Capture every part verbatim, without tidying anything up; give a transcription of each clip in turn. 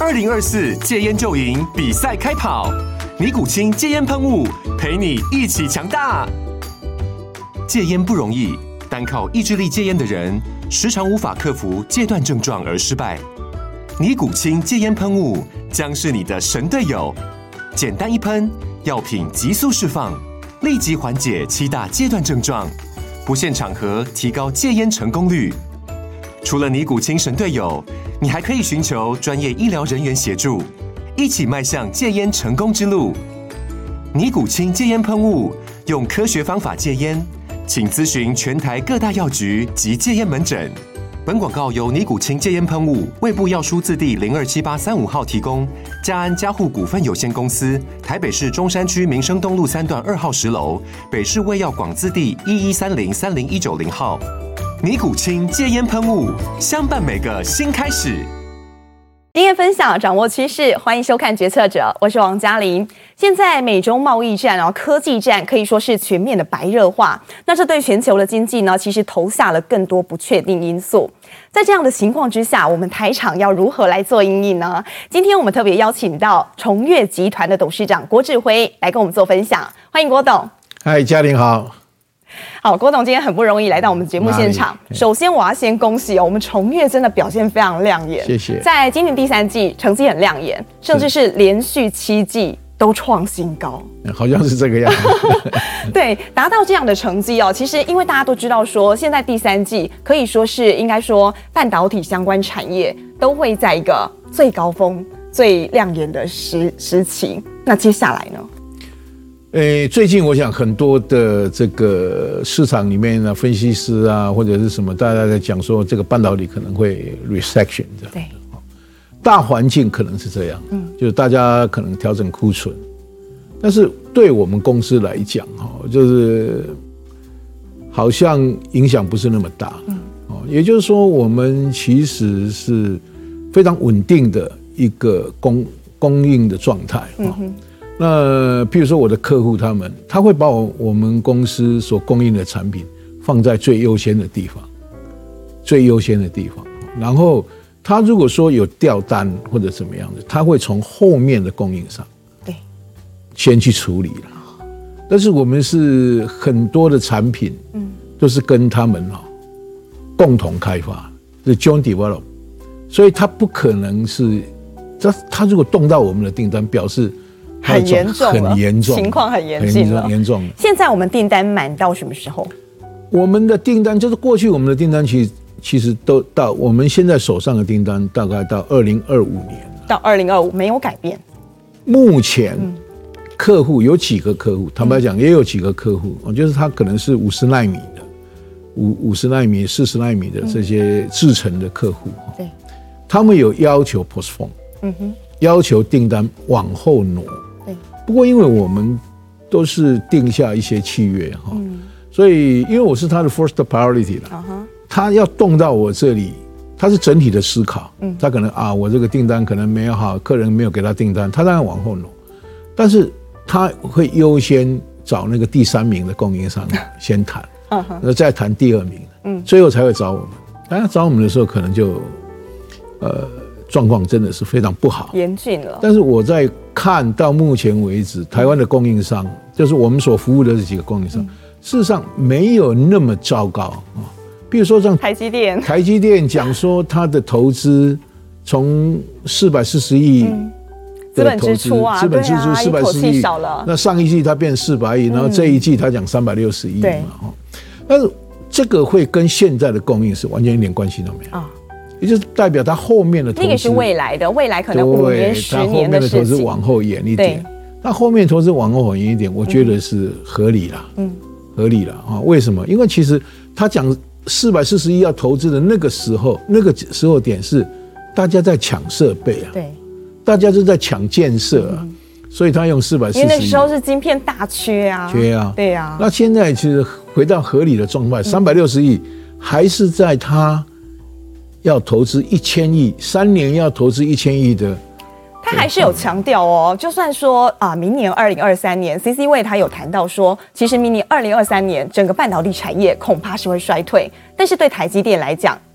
二零二四戒烟就赢比赛开跑，尼古清戒烟喷雾陪你一起强大。戒烟不容易，单靠意志力戒烟的人，时常无法克服戒断症状而失败。尼古清戒烟喷雾将是你的神队友，简单一喷，药品急速释放，立即缓解七大戒断症状，不限场合提高戒烟成功率。除了尼古清神队友，你还可以寻求专业医疗人员协助，一起迈向戒烟成功之路。尼古清戒烟喷雾，用科学方法戒烟，请咨询全台各大药局及戒烟门诊。本广告由尼古清戒烟喷雾、卫部药书字第零二七八三五号提供，嘉安嘉护股份有限公司，台北市中山区民生东路三段二号十楼，北市卫药广字第一一三零三零一九零号。尼古清戒烟喷雾，相伴每个新开始。 经验分享，掌握趋势，欢迎收看《决策者》，我是王嘉玲。现在美中贸易战，然后科技战可以说是全面的白热化，那这对全球的经济呢，其实投下了更多不确定因素。在这样的情况之下，我们台厂要如何来做因应呢？今天我们特别邀请到崇越集团的董事长郭志辉来跟我们做分享，欢迎郭董。 嗨，嘉玲好。 好，郭董今天很不容易来到我们节目现场。首先，我要先恭喜哦，我们崇越真的表现非常亮眼， 谢谢。 在今年第三季成绩很亮眼，甚至是连续七季都创新高， 好像是这个样子。 对，达到这样的成绩哦，其实因为大家都知道说，现在第三季可以说是应该说半导体相关产业都会在一个最高峰、最亮眼的时时期。那接下来呢？ 诶，最近我想很多的这个市场里面呢，分析师啊或者是什么，大家在讲说这个半导体可能会 recession 这样。 对， 大环境可能是这样，嗯，就是大家可能调整库存，但是对我们公司来讲，哈，就是好像影响不是那么大，嗯，哦，也就是说，我们其实是非常稳定的一个供供应的状态，嗯哼。那譬如说我的客户他们，他会把我我们公司所供应的产品放在最优先的地方，最优先的地方。然后他如果说有掉单或者怎么样的，他会从后面的供应商对先去处理了。但是我们是很多的产品，嗯，都是跟他们哈共同开发，是 joint develop， 所以他不可能是他他如果动到我们的订单，表示很严重了， 很严重， 情况很严峻了， 很严重了。 现在我们订单满到什么时候？ 我们的订单就是过去我们的订单，其实其实都到我们现在手上的订单，大概到二零二五年， 到二零二五没有改变。 目前客户有几个客户，坦白讲也有几个客户，就是他可能是五十奈米的，五五十奈米、四十奈米的这些制程的客户，对，他们有要求 postpone， 嗯哼，要求订单往后挪。不过因为我们都是定下一些契约哈，嗯，所以因为我是他的 first priority 了， uh-huh. 他要动到我这里，他是整体的思考，嗯，他可能啊，我这个订单可能没有好，客人没有给他订单，他当然往后挪，但是他会优先找那个第三名的供应商先谈，然后再谈第二名，嗯，最后才会找我们。当然找我们的时候，可能就呃。状况真的是非常不好， 严峻了。 但是我在看到目前为止，台湾的供应商，就是我们所服务的这几个供应商，嗯，事实上没有那么糟糕啊。比如说像台积电， 台积电讲说它的投资从四百四十亿资本支出啊， 资本支出四百四十亿，那上一季它变四百亿，然后这一季它讲三百六十亿嘛，嗯，但是这个会跟现在的供应是完全一点关系都没有啊。也就是代表它后面的投资， 那个是未来的，未来可能五年、十年的事情。它后面的投资往后延一点，那后面投资往后延一点，我觉得是合理啦，嗯，合理啦啊！为什么？因为其实他讲四百四十亿要投资的那个时候，那个时候点是大家在抢设备啊，对，大家就在抢建设啊，嗯，所以他用四百四十亿， 因为那时候是晶片大缺啊， 缺啊， 对啊。 那现在其实回到合理的状态，三百六十亿还是在他要投资一千亿，三年要投资一千亿的， 他还是有强调哦。就算说啊，明年二零二三年 ，C C 位他有谈到说，其实明年二零二三年整个半导体产业恐怕是会衰退，但是对台积电来讲，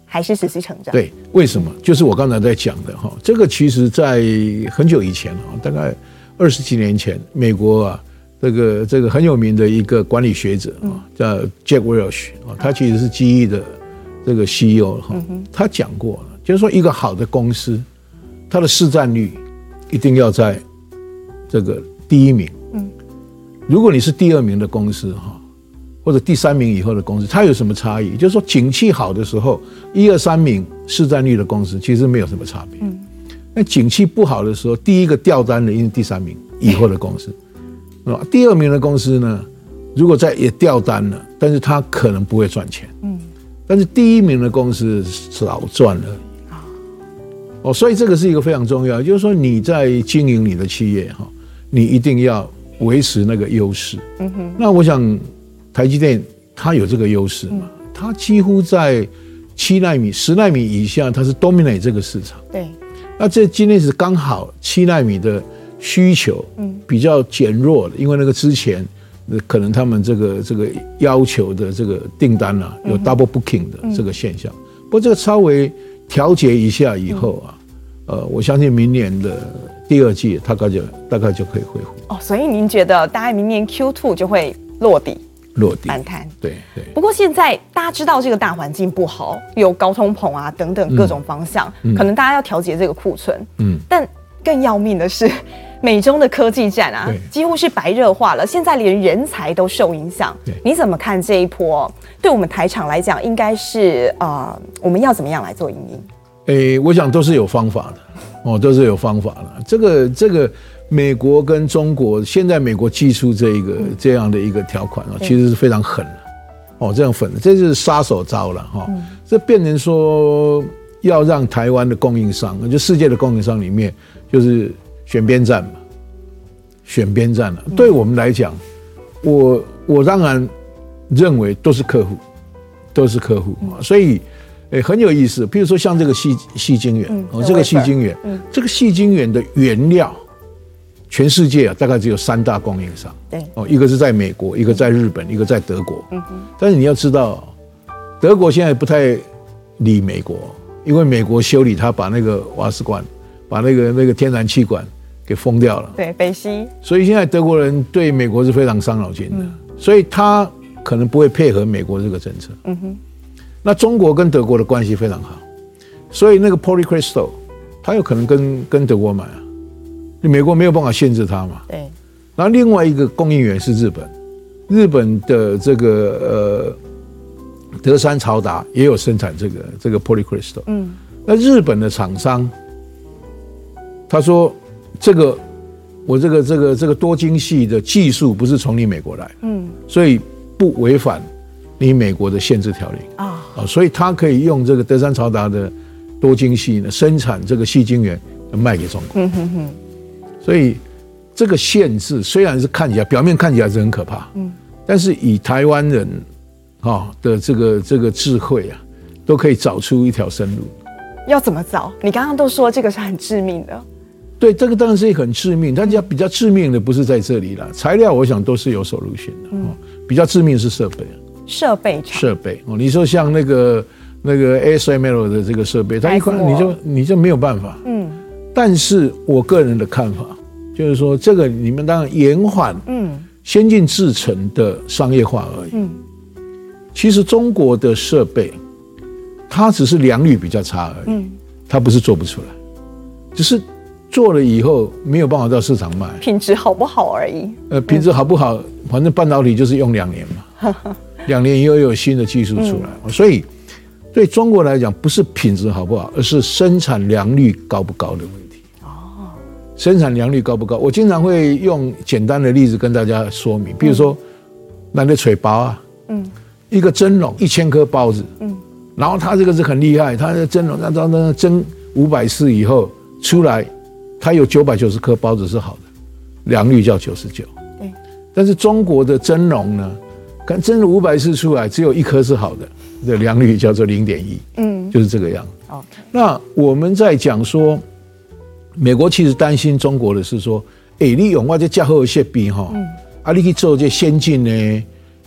还是实际成长？ 对，为什么？就是我刚才在讲的哈，这个其实在很久以前啊，大概二十几年前，美国啊，这个这个很有名的一个管理学者啊，叫 Jack Welch 啊，他其实是记忆的这个 C E O 哈，他讲过，就是说一个好的公司，它的市占率一定要在这个第一名。嗯，如果你是第二名的公司哈，或者第三名以后的公司，它有什么差异？就是说，景气好的时候，一二三名市占率的公司其实没有什么差别。嗯，那景气不好的时候，第一个掉单的一定第三名以后的公司，啊，第二名的公司呢，如果在也掉单了，但是它可能不会赚钱。嗯，但是第一名的公司少赚了。哦，所以这个是一个非常重要，就是说你在经营你的企业哈，你一定要维持那个优势。嗯哼，那我想。台积电它有这个优势嘛？它几乎在七奈米、十奈米以下，它是 dominate 这个市场。 对， 那这今天是刚好七奈米的需求比较减弱了，因为那个之前可能他们这个这个要求的这个订单啊，有 double booking 的这个现象。不过这个稍微调节一下以后啊，呃，我相信明年的第二季大概就大概就可以恢复。 哦，所以您觉得大概明年 Q 二 就会落底？ 落地反弹， 对对。 不过现在大家知道这个大环境不好，有高通膨啊等等各种方向，嗯、可能大家要调节这个库存。嗯，但更要命的是，美中的科技战啊，几乎是白热化了，现在连人才都受影响。你怎么看这一波？对我们台厂来讲，应该是呃，我们要怎么样来做因应？ 诶，我想都是有方法的，哦，都是有方法的。这个这个。美国跟中国现在美国寄出这一个这样的一个条款啊，其实是非常狠的哦，这样狠的，这就是杀手招了哈。这变成说要让台湾的供应商，就世界的供应商里面，就是选边站嘛，选边站了。对我们来讲，我我当然认为都是客户，都是客户啊，所以。欸、很有意思，譬如说像这个矽矽晶圆，嗯哦，这个矽晶圆，嗯、这个矽晶圆的原料，全世界啊大概只有三大供应商， 对， 哦，一个是在美国，一个在日本，一个在德国。嗯哼，但是你要知道，德国现在不太理美国，因为美国修理它把那个瓦斯管，把那个那个天然气管给封掉了， 对，北溪。 所以现在德国人对美国是非常伤脑筋的，嗯、所以他可能不会配合美国这个政策。嗯哼。那中国跟德国的关系非常好，所以那个 Polycrystal， 它有可能跟跟德国买啊，美国没有办法限制它嘛。 对。 然后另外一个供应源是日本，日本的这个呃德山曹达也有生产这个这个 Polycrystal。嗯。那日本的厂商，他说这个我这个这个这个多晶系的技术不是从你美国来，嗯，所以不违反你美国的限制条例啊，哦，所以他可以用这个德山曹达的多晶系呢生产这个矽晶圆卖给中国。嗯哼哼。所以这个限制虽然是看起来表面看起来是很可怕，嗯，但是以台湾人啊、哦、的这个这个智慧啊，都可以找出一条生路。 要怎么找？你刚刚都说这个是很致命的。 对，这个当然是很致命，但是比较致命的不是在这里啦，材料我想都是有solution的，嗯，比较致命是设备。 设备厂设备哦，你说像那个那个 A S M L 的这个设备，它一块你就你就没有办法。嗯，但是我个人的看法就是说，这个你们当然延缓嗯先进制程的商业化而已。嗯，其实中国的设备，它只是良率比较差而已，嗯，它不是做不出来，只是做了以后没有办法到市场卖， 品质好不好而已。 呃，品质好不好，反正半导体就是用两年嘛。两年以后又有新的技术出来，嗯、所以对中国来讲，不是品质好不好，而是生产良率高不高的问题。哦，生产良率高不高？我经常会用简单的例子跟大家说明，比如说，那个锤包啊，嗯，一个蒸笼一千颗包子，嗯，然后它这个是很厉害，它的蒸笼那那蒸五百次以后出来，它有九百九十颗包子是好的，良率叫九十九。对，但是中国的蒸笼呢？看蒸了五百次出来，只有一颗是好的，这良率叫做零点一，嗯，就是这个样子。Okay. 那我们在讲说，美国其实担心中国的是说，哎、欸，你用我这加厚的设备哈，嗯、啊，你去做这先进的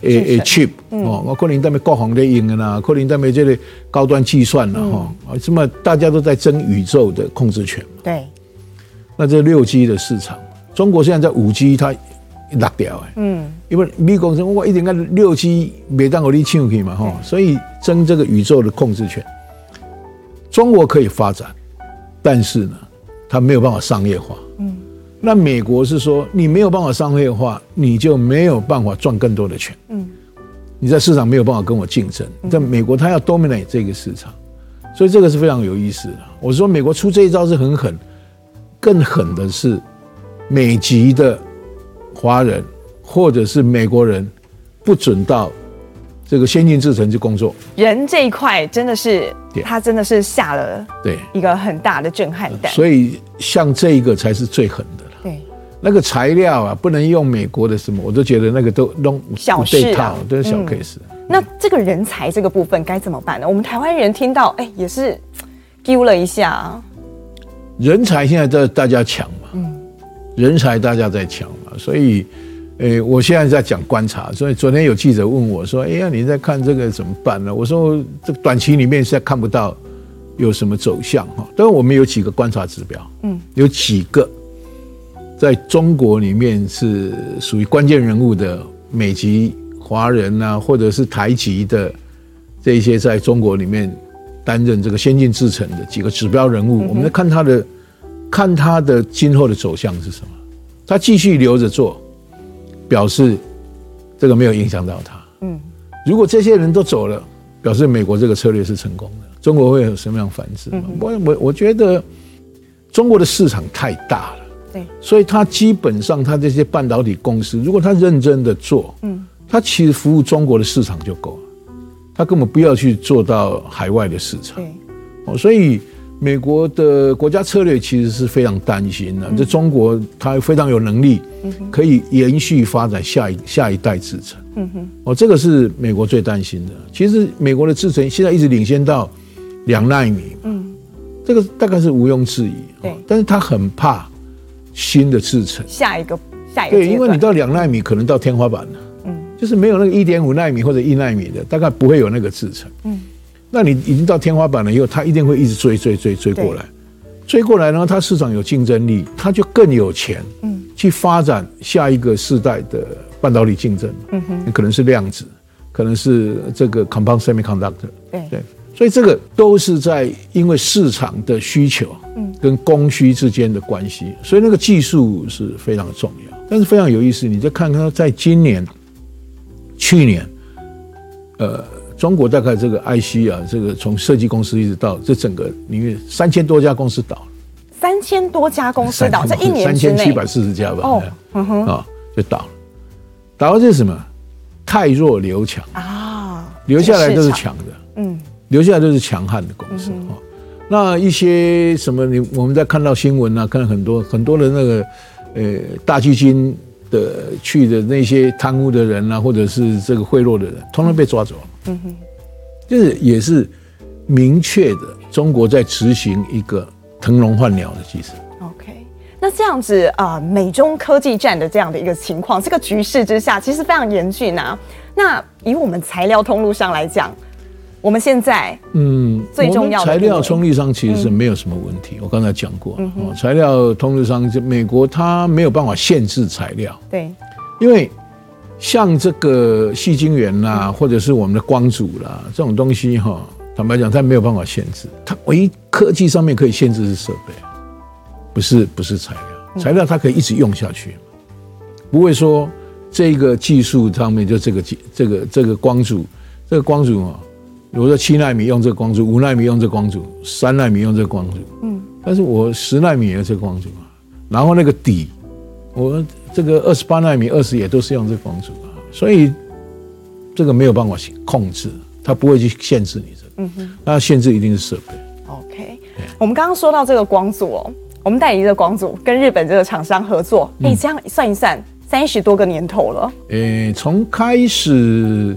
诶诶 chip 哦，我可能他们国防在用的啦，可能他们这个高端计算啦哈，啊，这么大家都在争宇宙的控制权嘛。 对。 那这六 G 的市场，中国现在在五 G 它落掉哎，嗯，因为美国说我一定要六 G 没当我你抢去嘛哈，所以争这个宇宙的控制权，中国可以发展，但是呢，它没有办法商业化。嗯，那美国是说你没有办法商业化，你就没有办法赚更多的钱。嗯，你在市场没有办法跟我竞争。但美国它要 dominate 这个市场，所以这个是非常有意思的。我说美国出这一招是很狠，更狠的是美籍的华人或者是美国人不准到这个先进制程去工作。 人这一块真的是，他真的是下了对一个很大的震撼弹。 所以像这个才是最狠的了。 对， 那个材料啊，不能用美国的什么，我都觉得那个都弄小事啊， 都是小 case。 嗯、那这个人才这个部分该怎么办呢？我们台湾人听到，哎，也是丢了一下。 人才现在都大家抢嘛，嗯，人才大家在抢嘛，所以。诶，我现在在讲观察，所以昨天有记者问我说：“哎呀，你在看这个怎么办呢？”我说：“这个短期里面现在看不到有什么走向哈。当然，我们有几个观察指标，嗯，有几个在中国里面是属于关键人物的美籍华人啊，或者是台籍的这一些在中国里面担任这个先进制程的几个指标人物，嗯、我们在看他的看他的今后的走向是什么？他继续留着做。”表示这个没有影响到他。嗯，如果这些人都走了，表示美国这个策略是成功的。中国会有什么样反制？嗯、我我我觉得中国的市场太大了，对，所以他基本上他这些半导体公司，如果他认真的做，嗯，他其实服务中国的市场就够了，他根本不要去做到海外的市场。对，哦，所以。美国的国家策略其实是非常担心的，这、嗯、中国它非常有能力，可以延续发展下一下一代制程。嗯哼，哦，这个是美国最担心的。其实美国的制程现在一直领先到两纳米，嗯，这个大概是毋庸置疑。对，但是他很怕新的制程， 下一个下一个对，因为你到两纳米可能到天花板了，嗯，就是没有那个一点五纳米或者一纳米的，大概不会有那个制程。嗯。那你已经到天花板了以后，他一定会一直追追追追过来，追过来呢，他市场有竞争力，他就更有钱，嗯，去发展下一个世代的半导体竞争，嗯哼，可能是量子，可能是这个 compound semiconductor， 对对，所以这个都是在因为市场的需求，嗯，跟供需之间的关系，所以那个技术是非常重要。但是非常有意思，你再看看，在今年、去年，呃。中国大概这个 I C 啊，这个从设计公司一直到这整个里面三千多家公司倒了， 三千多家公司倒，这一年之内三千七百四十家吧，哦，嗯哼，啊，就倒了。倒了这是什么？太弱留强啊，留下来都是强的，嗯，留下来都是强悍的公司哈、嗯。那一些什么，你我们在看到新闻啊，看到很多很多的那个呃大基金的去的那些贪污的人啊，或者是这个贿赂的人，通通被抓走了。嗯哼，就是也是明确的，中国在执行一个腾笼换鸟的机制。 OK， 那这样子啊、呃，美中科技战的这样的一个情况，这个局势之下，其实非常严峻啊。那以我们材料通路上来讲，我们现在嗯最重要的材料通路上其实是没有什么问题。嗯、我刚才讲过、嗯哦，材料通路上，就美国它没有办法限制材料，对，因为。像这个矽晶圆啦，或者是我们的光阻啦，这种东西哈，坦白讲，它没有办法限制。它唯一科技上面可以限制是设备，不是不是材料。材料它可以一直用下去，不会说这个技术上面就这个这个这个光阻，这个光阻啊，比如说七纳米用这个光阻，五纳米用这个光阻，三纳米用这个光阻，嗯，但是我十纳米也有这个光阻啊，然后那个底，我。这个二十八纳米、二十也都是用这个光阻啊，所以这个没有办法控制，它不会去限制你这个。嗯哼，那限制一定是设备。 OK， 我们刚刚说到这个光阻哦，我们代理这个光阻跟日本这个厂商合作，哎、嗯，这样算一算，三十多个年头了。 诶，从开始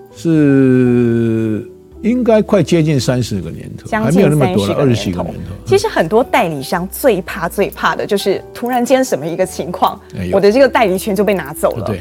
是。应该快接近三十个年头，还没有那么多了，二十几个年头。 其实很多代理商最怕最怕的就是突然间什么一个情况，哎、我的这个代理权就被拿走了。对，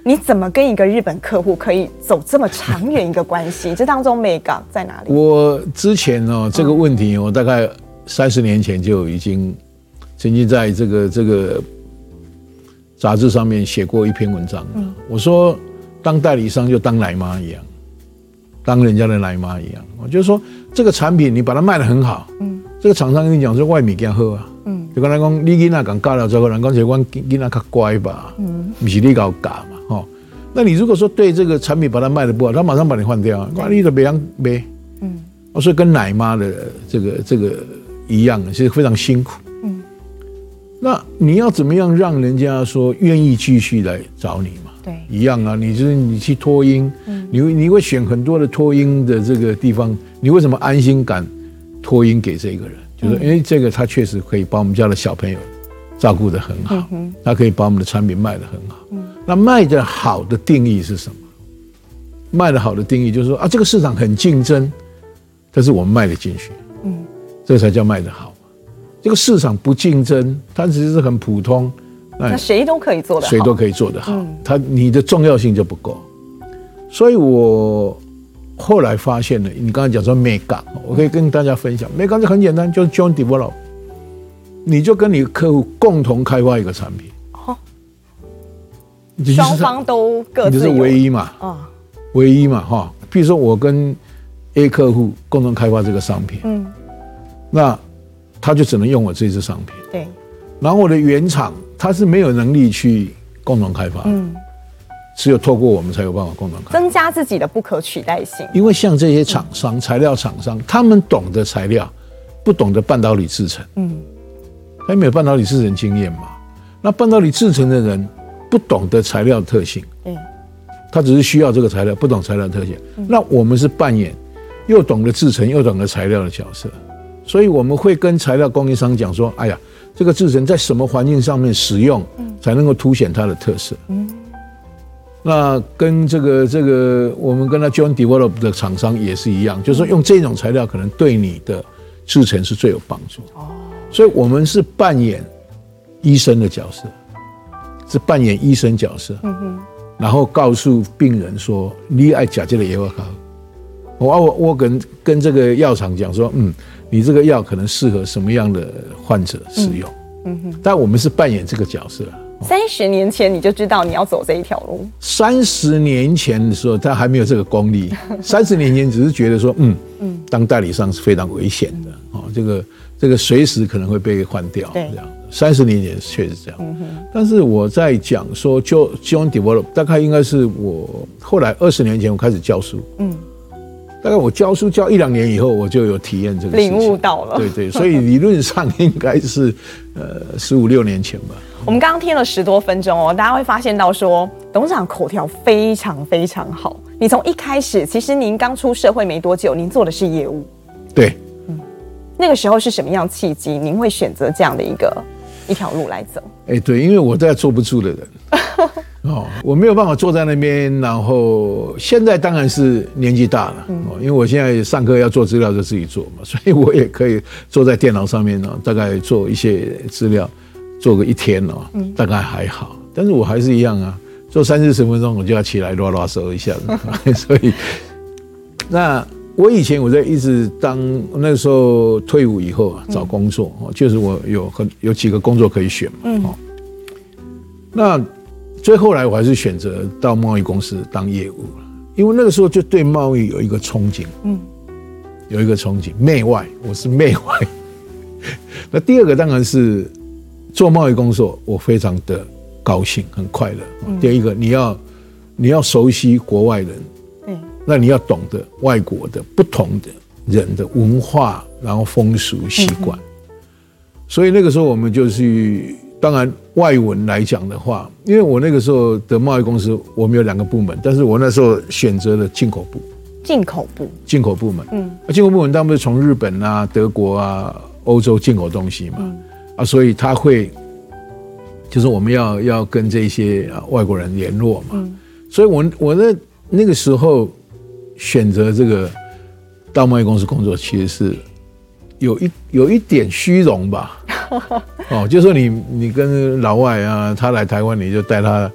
你怎么跟一个日本客户可以走这么长远一个关系？这当中美感在哪里？ 我之前哦这个问题，我大概三十年前就已经曾经在这个这个杂志上面写过一篇文章。嗯、我说，当代理商就当奶妈一样，当人家的奶妈一样。我就是说，这个产品你把它卖得很好，嗯，这个厂商跟你讲说外面给好啊，嗯，就跟他讲，你囡仔讲教了之后，人讲是我囡仔较乖吧，嗯，不是你搞教嘛，哦，那你如果说对这个产品把它卖得不好，他马上把你换掉啊，那你就别样呗，嗯，哦，所以跟奶妈的这个这个一样，其实非常辛苦，嗯，那你要怎么样让人家说愿意继续来找你嘛？对，一样啊，你就是你去托婴，嗯、你你会选很多的托婴的这个地方，你为什么安心敢托婴给这个人？就是因为这个他确实可以把我们家的小朋友照顾得很好，嗯、他可以把我们的产品卖得很好。嗯、那卖得好的定义是什么？卖得好的定义就是说啊，这个市场很竞争，但是我们卖得进去，嗯，这个才叫卖得好。这个市场不竞争，它只是很普通。 那谁都可以做得好， 谁都可以做得好，嗯、他你的重要性就不够，所以我后来发现了，你刚才讲说美感，我可以跟大家分享，美感就很简单，就是 joint develop， 你就跟你的客户共同开发一个产品，哦， 双方都各自有， 你就是唯一嘛，哦，唯一嘛哈，比如说我跟 A 客户共同开发这个商品，嗯，那他就只能用我这支商品，对。然后我的原厂它是没有能力去共同开发，嗯，只有透过我们才有办法共同开发， 增加自己的不可取代性。 因为像这些厂商、嗯、材料厂商，他们懂得材料，不懂得半导体制程，嗯，他没有半导体制程经验嘛。那半导体制程的人不懂得材料特性，嗯，他只是需要这个材料，不懂材料特性。嗯、那我们是扮演又懂得制程又懂得材料的角色，所以我们会跟材料供应商讲说，哎呀。这个制程在什么环境上面使用，才能够凸显它的特色？嗯，那跟这个这个我们跟他 joint develop 的厂商也是一样，就是说用这种材料可能对你的制程是最有帮助。哦，所以我们是扮演医生的角色，是扮演医生角色。嗯哼，然后告诉病人说，你爱吃这个药好。我我我跟跟这个药厂讲说，嗯。你这个药可能适合什么样的患者使用？嗯哼，但我们是扮演这个角色。 三十年前你就知道你要走这一条路。 三十年前的时候，他还没有这个功力。三十年前只是觉得说，嗯嗯，当代理商是非常危险的哦，这个这个随时可能会被换掉。这样，三十年前确实这样。嗯哼，但是我在讲说，就 joint develop， 大概应该是我后来二十年前我开始教书。嗯。大概我教书教一两年以后，我就有体验这个事情， 领悟到了。 对对，所以理论上应该是呃十五六年前吧。 我们刚刚听了十多分钟哦，大家会发现到说，董事长口条非常非常好。你从一开始，其实您刚出社会没多久，您做的是业务。 对， 嗯，那个时候是什么样契机，您会选择这样的一个一条路来走？ 哎、欸，对，因为我在坐不住的人。哦，我没有办法坐在那边，然后现在当然是年纪大了，嗯、因为我现在上课要做资料就自己做嘛，所以我也可以坐在电脑上面呢，大概做一些资料，做个一天哦，嗯、大概还好。但是我还是一样啊，做三四十分钟我就要起来拉拉手一下子，所以那我以前我在一直当那个时候退伍以后啊，找工作哦，确实我有很有几个工作可以选嘛，哦，那。最后来我还是选择到贸易公司当业务了，因为那个时候就对贸易有一个憧憬，嗯，有一个憧憬，媚外，我是媚外。那第二个当然是做贸易工作，我非常的高兴，很快乐。嗯、第一个，你要你要熟悉国外人，嗯，那你要懂得外国的不同的人的文化，然后风俗习惯。嗯、所以那个时候我们就去。当然，外文来讲的话，因为我那个时候的贸易公司，我们有两个部门，但是我那时候选择了进口部。 进口部， 进口部门，嗯，进口部门当然是从日本啊、德国啊、欧洲进口东西嘛，嗯、啊，所以他会，就是我们要要跟这些外国人联络嘛，嗯、所以我我那那个时候选择这个到贸易公司工作，其实是有一有一点虚荣吧。哦，就说你你跟老外啊，他来台湾，你就带他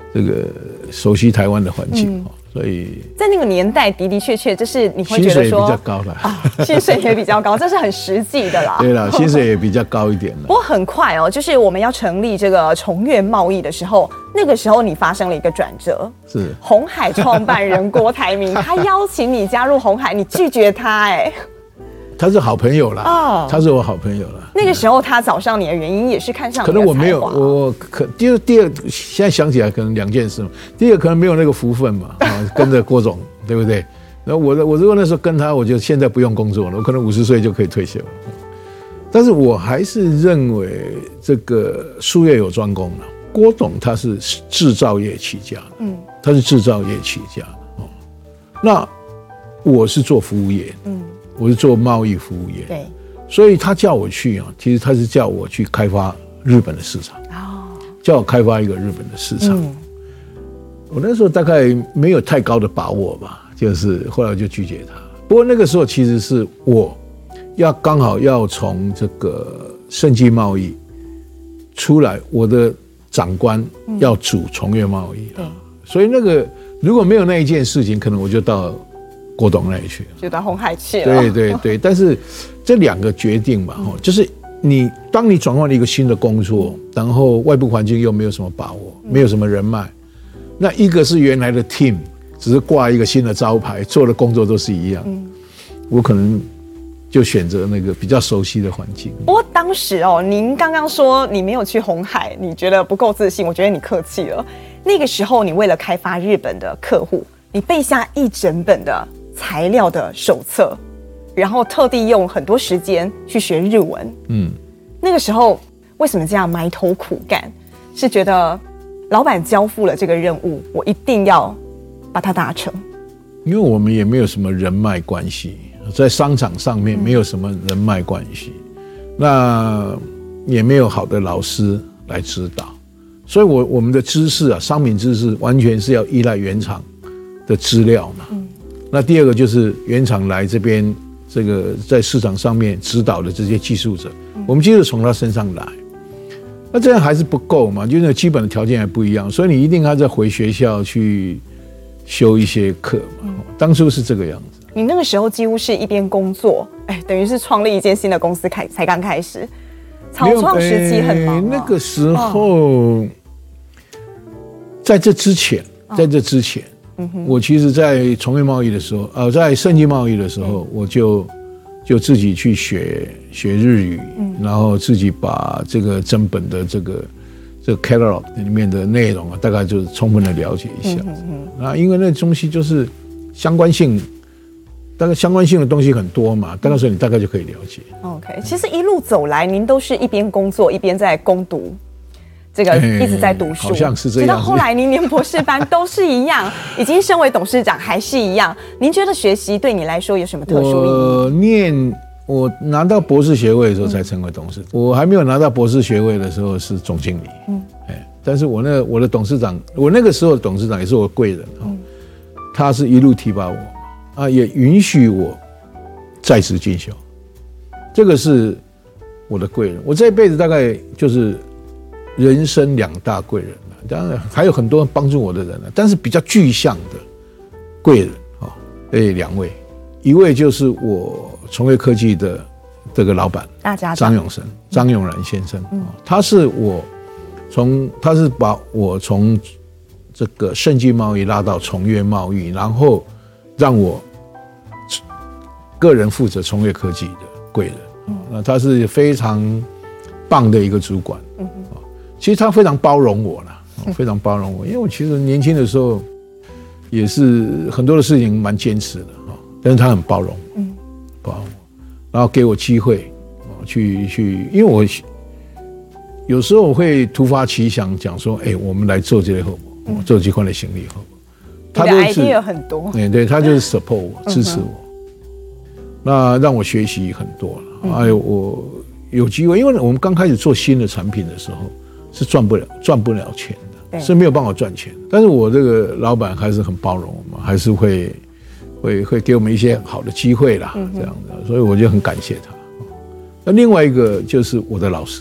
这个熟悉台湾的环境。嗯，所以在那个年代的的确确，就是你会觉得说薪水也比较高啦， 啊，薪水也比较高，这是很实际的啦。 对啦，薪水也比较高一点啦。 不过很快哦，就是我们要成立这个崇越贸易的时候，那个时候你发生了一个转折， 是鸿海创办人郭台铭，他邀请你加入鸿海，你拒绝他，哎， 他是好朋友啦，哦，他是我好朋友啦。 那个时候他找上你的原因也是看上你的才华。 可能我没有，我可第二第二，现在想起来可能两件事嘛。第一个可能没有那个福分嘛，啊，跟着郭总，对不对？然后我的我如果那时候跟他，我就现在不用工作了，我可能五十岁就可以退休了。但是我还是认为这个术业有专攻了。郭董他是制造业起家的，嗯，他是制造业起家的哦。那我是做服务业，嗯，我是做贸易服务业， 对。 所以他叫我去啊，其实他是叫我去开发日本的市场，哦，叫我开发一个日本的市场。嗯，我那时候大概没有太高的把握吧，就是后来就拒绝他。不过那个时候其实是我要刚好要从这个盛记贸易出来，我的长官要主崇越贸易，嗯，所以那个如果没有那一件事情，可能我就到郭董那里去， 就到鸿海去了。 对对对，但是这两个决定嘛，嗯，就是你当你转换了一个新的工作，然后外部环境又没有什么把握，没有什么人脉，那一个是原来的 team， 只是挂一个新的招牌，做的工作都是一样，嗯，我可能就选择那个比较熟悉的环境。 不过当时哦，您刚刚说你没有去鸿海，你觉得不够自信，我觉得你客气了。那个时候你为了开发日本的客户，你背下一整本的材料的手册，然后特地用很多时间去学日文。嗯，那个时候为什么这样埋头苦干？是觉得老板交付了这个任务，我一定要把它达成。 因为我们也没有什么人脉关系，在商场上面没有什么人脉关系，嗯，那也没有好的老师来指导，所以我我们的知识啊，商品知识完全是要依赖原厂的资料嘛。嗯，那第二个就是原厂来这边，这个在市场上面指导的这些技术者，嗯，我们就是从他身上来。那这样还是不够嘛，就是基本的条件还不一样，所以你一定要再回学校去修一些课嘛。嗯，当初是这个样子。 你那个时候几乎是一边工作，哎，等于是创立一间新的公司开才刚开始，草创时期很忙，啊。 那个时候，哦，在这之前，在这之前。哦，我其实，在崇越贸易的时候，呃，在盛记贸易的时候，我就就自己去学学日语，嗯，然后自己把这个整本的这个这个 catalog 里面的内容啊，大概就是充分的了解一下。嗯，那因为那东西就是相关性，大概相关性的东西很多嘛，大概所以你大概就可以了解。 OK， 其实一路走来，您都是一边工作一边在攻读。这个一直在读书， 好像是这样。 直到后来您连博士班都是一样，已经身为董事长还是一样。您觉得学习对你来说有什么特殊意义？ 我念我拿到博士学位的时候才成为董事长，嗯，我还没有拿到博士学位的时候是总经理。嗯，哎，但是我那我的董事长，我那个时候的董事长也是我贵人，嗯，他是一路提拔我啊，也允许我在职进修，这个是我的贵人。我这一辈子大概就是人生两大贵人，当然还有很多帮助我的人，但是比较具象的贵人啊，诶，两位，一位就是我崇越科技的这个老板， 大家张永生、张永然先生，嗯，他是我从他是把我从这个盛记贸易拉到崇越贸易，然后让我个人负责崇越科技的贵人，嗯，那他是非常棒的一个主管，嗯，其实他非常包容我啦，非常包容我，因为我其实年轻的时候也是很多的事情蛮坚持的，但是他很包容，嗯，包容我，然后给我机会去去，因为我有时候我会突发奇想讲说，哎，我们来做这类后果，做这块的行李后果， 他的 idea 很多， 对对，他就是 support 我，支持我，那让我学习很多了，哎，我有机会，因为我们刚开始做新的产品的时候。是赚不了赚不了钱的，是没有办法赚钱。但是我这个老板还是很包容我们，还是会会会给我们一些好的机会啦，这样的，所以我就很感谢他。那另外一个就是我的老师，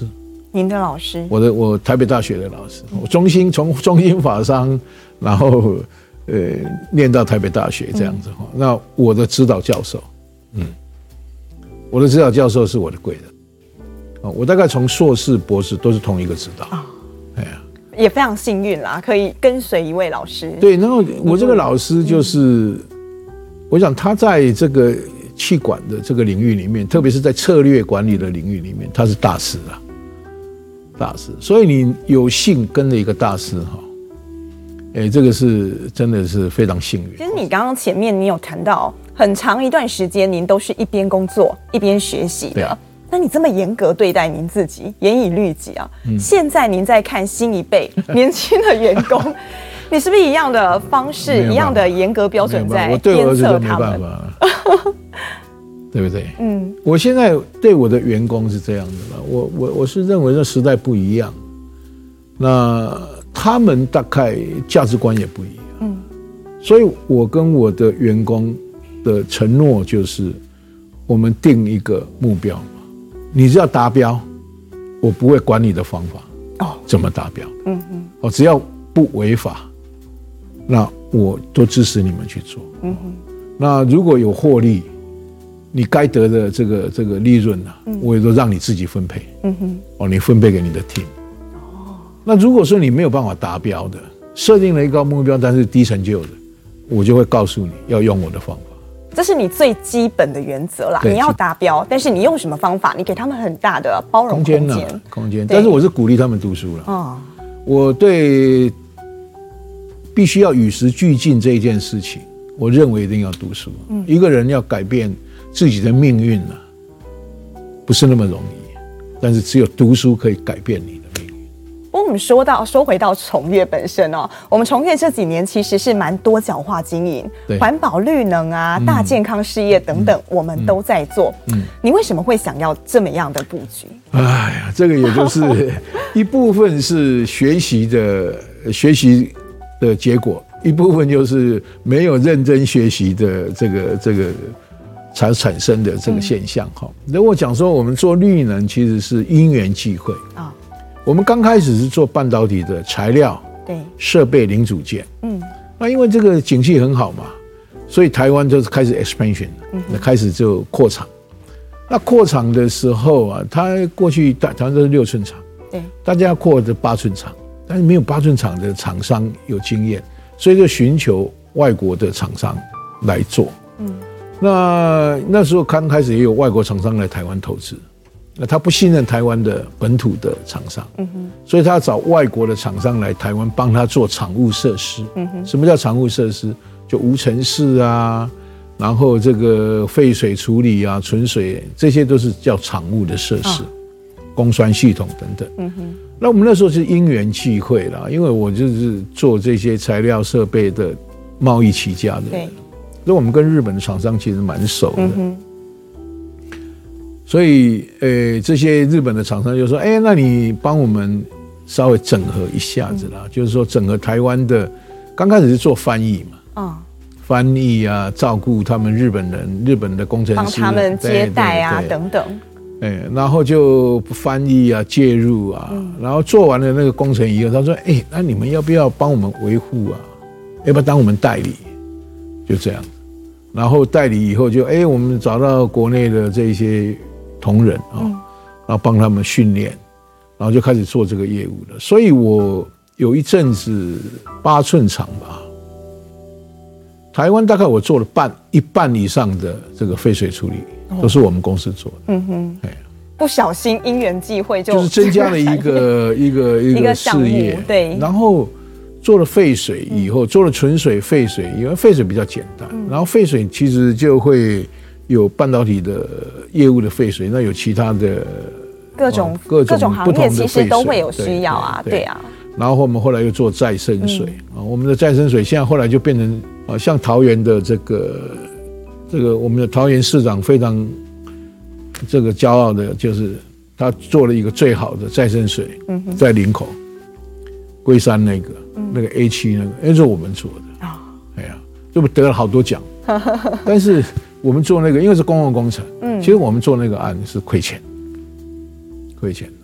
您的老师？ 我的我台北大学的老师，我中兴从中兴法商，然后呃念到台北大学这样子哈、嗯。那我的指导教授，嗯，我的指导教授是我的贵人。哦，我大概从硕士、博士都是同一个指导。哦，哎呀， 也非常幸运啦，可以跟随一位老师。 对，然后我这个老师就是，嗯、我想他在这个企管的这个领域里面，特别是在策略管理的领域里面，他是大师啊。大师，所以你有幸跟了一个大师哈，哎，这个是真的是非常幸运。 其实你刚刚前面你有谈到，很长一段时间您都是一边工作一边学习的，那你这么严格对待您自己，严以律己啊。嗯、现在您在看新一辈年轻的员工，你是不是一样的方式、一样的严格标准在鞭策他们？ 对不对？嗯，我现在对我的员工是这样的了，我我我是认为这时代不一样，那他们大概价值观也不一样，嗯，所以我跟我的员工的承诺就是，我们定一个目标嘛，你只要达标，我不会管你的方法哦，怎么达标，嗯嗯，哦，只要不违法，那我都支持你们去做，嗯哼，那如果有获利。你该得的这个这个利润啊，嗯、我也都让你自己分配。嗯哼，哦，你分配给你的 team。哦，那如果说你没有办法达标的，设定了一个目标，但是低成就的，我就会告诉你要用我的方法。 这是你最基本的原则啦。你要达标，但是你用什么方法？你给他们很大的包容空间。空间、啊、 空间。但是我是鼓励他们读书了。哦，我对必须要与时俱进这一件事情，我认为一定要读书。嗯，一个人要改变自己的命运呢、啊，不是那么容易，但是只有读书可以改变你的命运。 不过我们说到说回到崇越本身哦，我们崇越这几年其实是蛮多角化经营，环保绿能啊、嗯、大健康事业等等，嗯、我们都在做。嗯，你为什么会想要这么样的布局？ 哎呀，这个也就是一部分是学习的学习的结果，一部分就是没有认真学习的这个这个。才产生的这个现象哈。那我讲说，我们做绿能其实是因缘际会啊。我们刚开始是做半导体的材料、对设备零组件，嗯，那因为这个景气很好嘛，所以台湾就是开始 expansion， 那开始就扩厂。那扩厂的时候啊，它过去台湾都是六寸厂，对，大家要扩的八寸厂，但是没有八寸厂的厂商有经验，所以就寻求外国的厂商来做，嗯。那那时候刚开始也有外国厂商来台湾投资，那他不信任台湾的本土的厂商，嗯哼，所以他要找外国的厂商来台湾帮他做厂务设施。嗯哼，什么叫厂务设施？就无尘室啊，然后这个废水处理啊、纯水，这些都是叫厂务的设施，供酸系统等等。嗯哼，那我们那时候是因缘际会啦，因为我就是做这些材料设备的贸易起家的人。对。所以我们跟日本的厂商其实蛮熟的，嗯、所以呃，这些日本的厂商就说：“哎、欸，那你帮我们稍微整合一下子啦，嗯、就是说整合台湾的，刚开始是做翻译嘛，哦、翻译啊，照顾他们日本人、日本的工程师， 帮他们接待啊等等， 哎、欸，然后就翻译啊、介入啊，嗯、然后做完了那个工程以后，他说：哎、欸，那你们要不要帮我们维护啊？要不要当我们代理？就这样。”然后代理以后就哎、欸，我们找到国内的这些同仁啊，嗯、然后帮他们训练，然后就开始做这个业务了。所以我有一阵子八寸厂吧，台湾大概我做了半一半以上的这个废水处理，哦、都是我们公司做的。嗯哼，哎， 不小心因缘际会就就是增加了一个一个一个事业， 对， 然后。做了废水以后，做了纯水废水，因为废水比较简单，嗯、然后废水其实就会有半导体的业务的废水，那有其他的各种、哦、各种行业其实都会有需要啊，对, 对, 对啊。 然后我们后来又做再生水啊、嗯，我们的再生水现在后来就变成啊，像桃园的这个这个我们的桃园市长非常这个骄傲的，就是他做了一个最好的再生水，嗯、在林口龟山那个。那个 A 七那个，那是我们做的啊，哎呀，就得了好多奖。但是我们做那个，因为是公共工程，嗯，其实我们做那个案是亏钱，亏钱。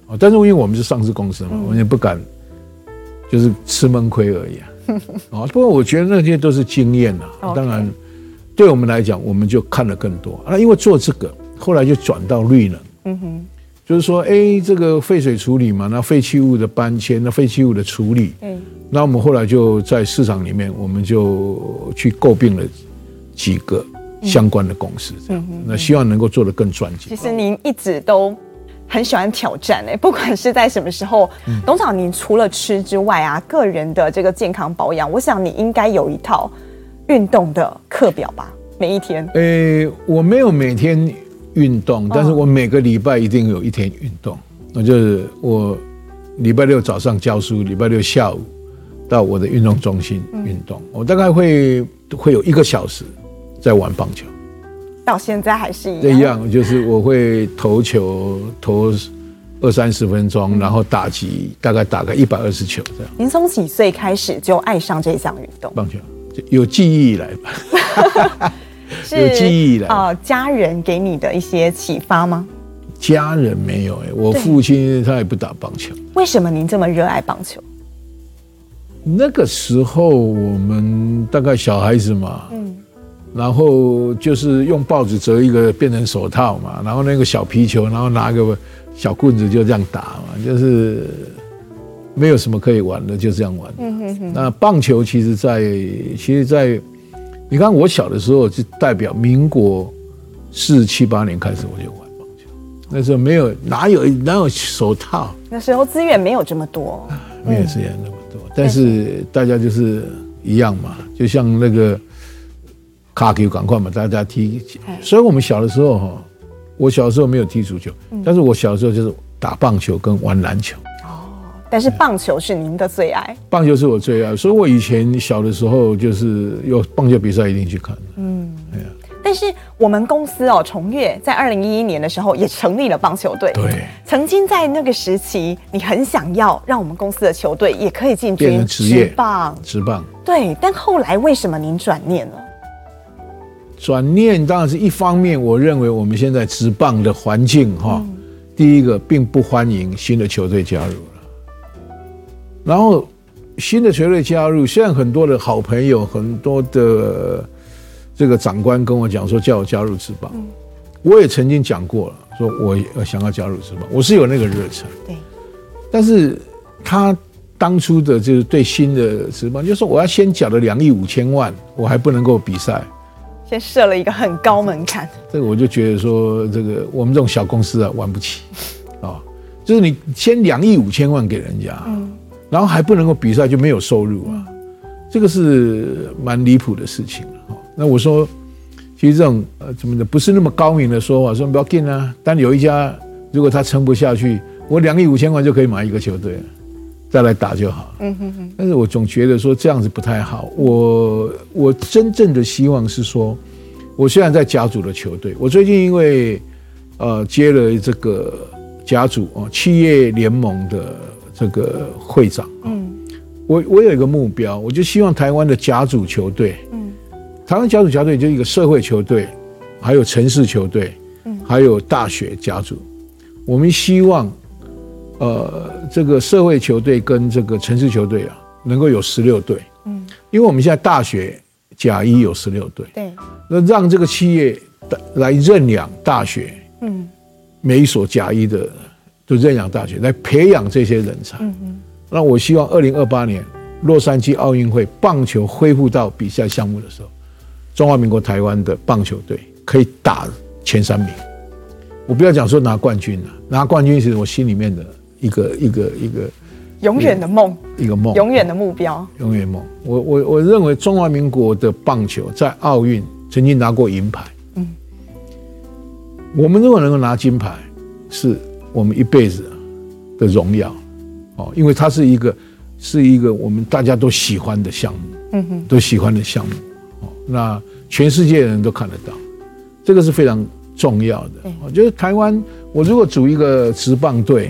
但是因为我们是上市公司嘛，嗯、我们也不敢就是吃闷亏而已啊。啊，不过我觉得那些都是经验啊。Okay. 当然，对我们来讲，我们就看了更多啊。因为做这个，后来就转到绿能。嗯哼，就是说，哎，这个废水处理嘛，那废弃物的搬迁，那废弃物的处理。嗯。那我们后来就在市场里面，我们就去购并了几个相关的公司，这样。嗯、那希望能够做得更专精。 其实您一直都很喜欢挑战哎、欸，不管是在什么时候，嗯、董事长，您除了吃之外啊，个人的这个健康保养，我想你应该有一套运动的课表吧？每一天？ 呃、欸，我没有每天运动，但是我每个礼拜一定有一天运动。那、哦、就是我礼拜六早上教书，礼拜六下午到我的运动中心运动，嗯、我大概会会有一个小时在玩棒球。 到现在还是一样， 这样就是我会投球投二三十分钟，然后打击大概打个一百二十球这样。 您从几岁开始就爱上这项运动？ 棒球有记忆以来吧，有记忆以来啊、呃，家人给你的一些启发吗？ 家人没有哎、欸，我父亲他也不打棒球。 为什么您这么热爱棒球？ 那个时候我们大概小孩子嘛，嗯。然后就是用报纸折一个变成手套嘛，然后那个小皮球，然后拿个小棍子就这样打嘛，就是没有什么可以玩的，就这样玩。嗯哼哼。那棒球其实在，其实在，你看我小的时候就代表民国四七八年开始我就玩棒球，那时候没有哪有哪有手套， 那时候资源没有这么多， 没有资源那么多，嗯、但是大家就是一样嘛，就像那个。卡球赶快嘛，大家踢。所以我们小的时候哈，我小的时候没有踢足球，嗯、但是我小的时候就是打棒球跟玩篮球。 哦，但是棒球是您的最爱。 棒球是我最爱，所以我以前小的时候就是有棒球比赛一定去看。嗯， 哎呀。但是我们公司哦，崇越在二零一一年的时候也成立了棒球队。 对， 曾经在那个时期，你很想要让我们公司的球队也可以进军职棒。 职棒。 对，但后来为什么您转念了？ 转念当然是一方面，我认为我们现在职棒的环境哈，嗯、第一个并不欢迎新的球队加入了。然后新的球队加入，虽然很多的好朋友、很多的这个长官跟我讲说叫我加入职棒，嗯、我也曾经讲过了，说我想要加入职棒，我是有那个热忱。对，但是他当初的就是对新的职棒，就是说我要先缴了两亿五千万，我还不能够比赛。 先设了一个很高门槛， 这个我就觉得说，这个我们这种小公司啊，玩不起啊、哦。就是你先两亿五千万给人家，嗯、然后还不能够比赛，就没有收入啊，嗯、这个是蛮离谱的事情了、哦。那我说，其实这种呃怎么的，不是那么高明的说法，说不要紧啊。但有一家如果他撑不下去，我两亿五千万就可以买一个球队了，再来打就好。嗯哼哼。但是我总觉得说这样子不太好。我我真正的希望是说，我虽然在甲组的球队，我最近因为呃接了这个甲组哦企业联盟的这个会长。嗯。我我有一个目标，我就希望台湾的甲组球队，嗯，台湾甲组球队就一个社会球队，还有城市球队，嗯，还有大学甲组，我们希望。呃，这个社会球队跟这个城市球队啊，能够有十六队，嗯，因为我们现在大学甲一有十六队，对，那让这个企业来认养大学，嗯，每一所甲一的就认养大学来培养这些人才，嗯嗯，那我希望二零二八年洛杉矶奥运会棒球恢复到比赛项目的时候，中华民国台湾的棒球队可以打前三名。我不要讲说拿冠军了，拿冠军是我心里面的。一个一个一个永远的梦， 一个梦， 永远的目标， 永远梦。我我我认为中华民国的棒球在奥运曾经拿过银牌，嗯，我们如果能够拿金牌，是我们一辈子的荣耀，哦，因为它是一个是一个我们大家都喜欢的项目，嗯哼，都喜欢的项目，哦，那全世界的人都看得到，这个是非常重要的。我觉得台湾，我如果组一个职棒队。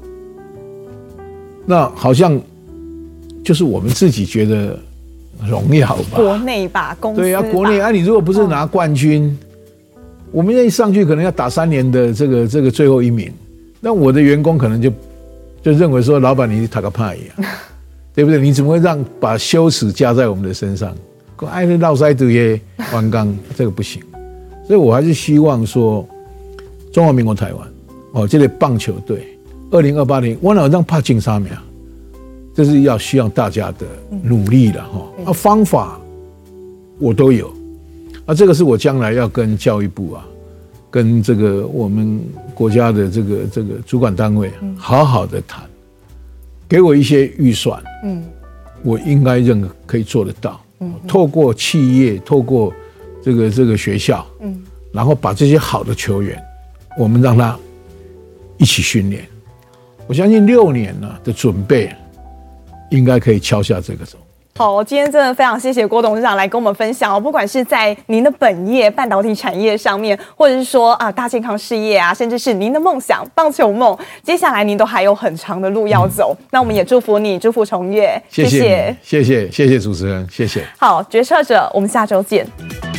那好像就是我们自己觉得荣耀吧， 国内吧，公司吧， 对啊，国内啊，你如果不是拿冠军，哦、我们一上去可能要打三年的这个这个最后一名， 那我的员工可能就就认为说，老板你是塔个派呀，对不对？你怎么会让把羞耻加在我们的身上？爱的绕塞子耶，弯杠这个不行。所以我还是希望说，中华民国台湾哦，这类棒球队，二零二八年我哪让怕进三名，这是要需要大家的努力的哈。啊，方法我都有，啊，这个是我将来要跟教育部啊，跟这个我们国家的这个这个主管单位好好的谈，给我一些预算，嗯，我应该认为可以做得到。透过企业，透过这个这个学校，嗯，然后把这些好的球员，我们让他一起训练。我相信六年呢的准备，应该可以敲下这个钟。 好，今天真的非常谢谢郭董事长来跟我们分享哦，不管是在您的本业半导体产业上面，或者是说啊大健康事业啊，甚至是您的梦想棒球梦，接下来您都还有很长的路要走。嗯、那我们也祝福你，祝福崇越， 谢谢，谢谢，谢谢，谢谢主持人，谢谢。 好，决策者，我们下周见。